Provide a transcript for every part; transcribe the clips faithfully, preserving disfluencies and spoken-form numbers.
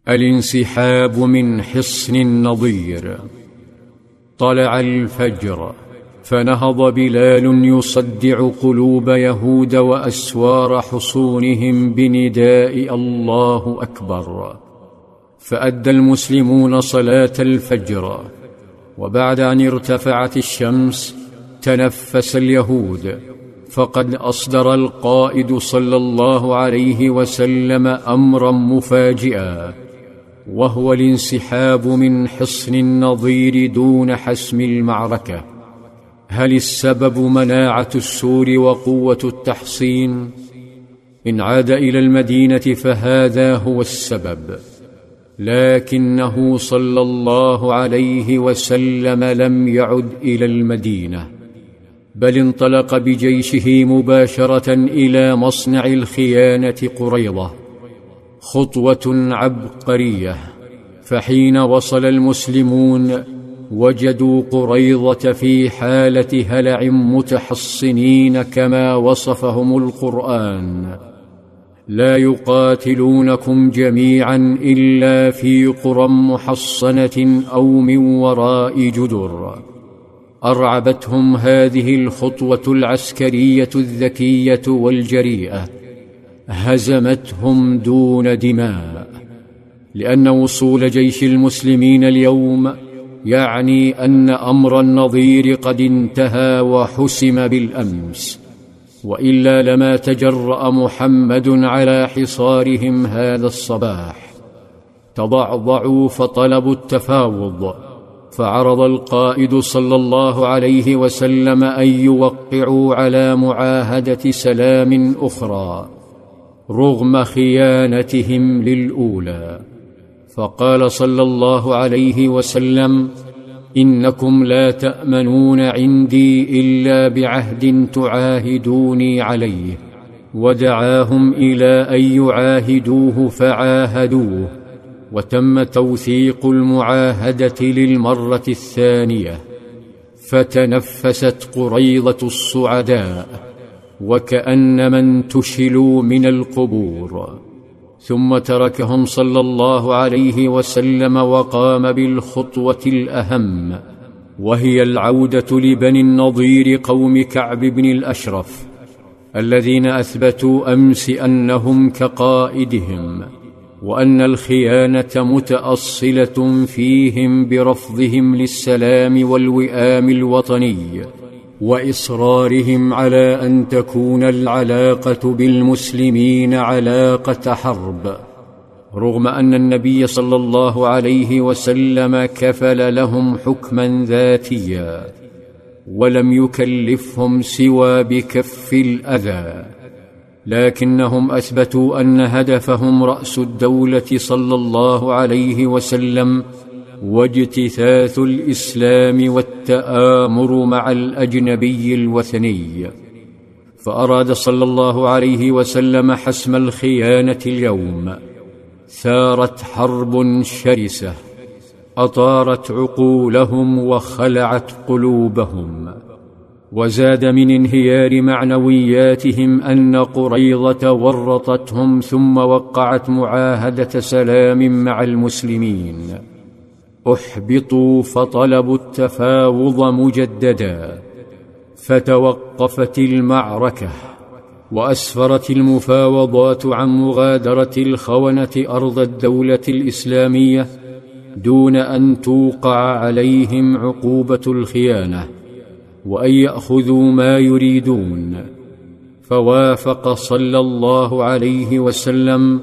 الانسحاب من حصن النضير. طلع الفجر، فنهض بلال يصدع قلوب يهود وأسوار حصونهم بنداء الله أكبر، فأدى المسلمون صلاة الفجر، وبعد أن ارتفعت الشمس تنفس اليهود، فقد أصدر القائد صلى الله عليه وسلم أمرا مفاجئا، وهو الانسحاب من حصن النضير دون حسم المعركة. هل السبب مناعة السور وقوة التحصين؟ إن عاد إلى المدينة فهذا هو السبب، لكنه صلى الله عليه وسلم لم يعد إلى المدينة، بل انطلق بجيشه مباشرة إلى مصنع الخيانة قريظة، خطوة عبقرية. فحين وصل المسلمون وجدوا قريظة في حالة هلع متحصنين كما وصفهم القرآن: لا يقاتلونكم جميعا إلا في قرى محصنة أو من وراء جدر. أرعبتهم هذه الخطوة العسكرية الذكية والجريئة، هزمتهم دون دماء، لأن وصول جيش المسلمين اليوم يعني أن أمر النضير قد انتهى وحسم بالأمس، وإلا لما تجرأ محمد على حصارهم هذا الصباح. تضعضعوا فطلبوا التفاوض، فعرض القائد صلى الله عليه وسلم أن يوقعوا على معاهدة سلام أخرى رغم خيانتهم للأولى. فقال صلى الله عليه وسلم: إنكم لا تأمنون عندي إلا بعهد تعاهدوني عليه. ودعاهم إلى أن يعاهدوه فعاهدوه، وتم توثيق المعاهدة للمرة الثانية، فتنفست قريظة الصعداء وكأنما انتشلوا من القبور. ثم تركهم صلى الله عليه وسلم وقام بالخطوة الأهم، وهي العودة لبني النضير قوم كعب بن الأشرف، الذين أثبتوا أمس أنهم كقائدهم، وأن الخيانة متأصلة فيهم برفضهم للسلام والوئام الوطني، وإصرارهم على أن تكون العلاقة بالمسلمين علاقة حرب، رغم أن النبي صلى الله عليه وسلم كفل لهم حكما ذاتيا، ولم يكلفهم سوى بكف الأذى، لكنهم أثبتوا أن هدفهم رأس الدولة صلى الله عليه وسلم واجتثاث الإسلام والتآمر مع الأجنبي الوثني. فأراد صلى الله عليه وسلم حسم الخيانة اليوم. ثارت حرب شرسة أطارت عقولهم وخلعت قلوبهم، وزاد من انهيار معنوياتهم أن قريظة ورطتهم ثم وقعت معاهدة سلام مع المسلمين. أحبطوا فطلبوا التفاوض مجددا، فتوقفت المعركة، وأسفرت المفاوضات عن مغادرة الخونة أرض الدولة الإسلامية دون أن توقع عليهم عقوبة الخيانة، وأن يأخذوا ما يريدون. فوافق صلى الله عليه وسلم،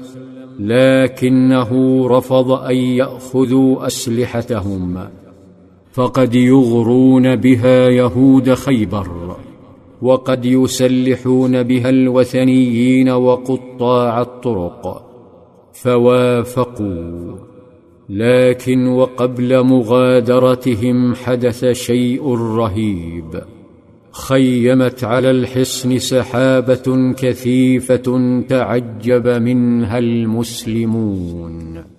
لكنه رفض أن يأخذوا أسلحتهم، فقد يغرون بها يهود خيبر، وقد يسلحون بها الوثنيين وقطاع الطرق. فوافقوا، لكن وقبل مغادرتهم حدث شيء رهيب. خيمت على الحصن سحابة كثيفة تعجب منها المسلمون.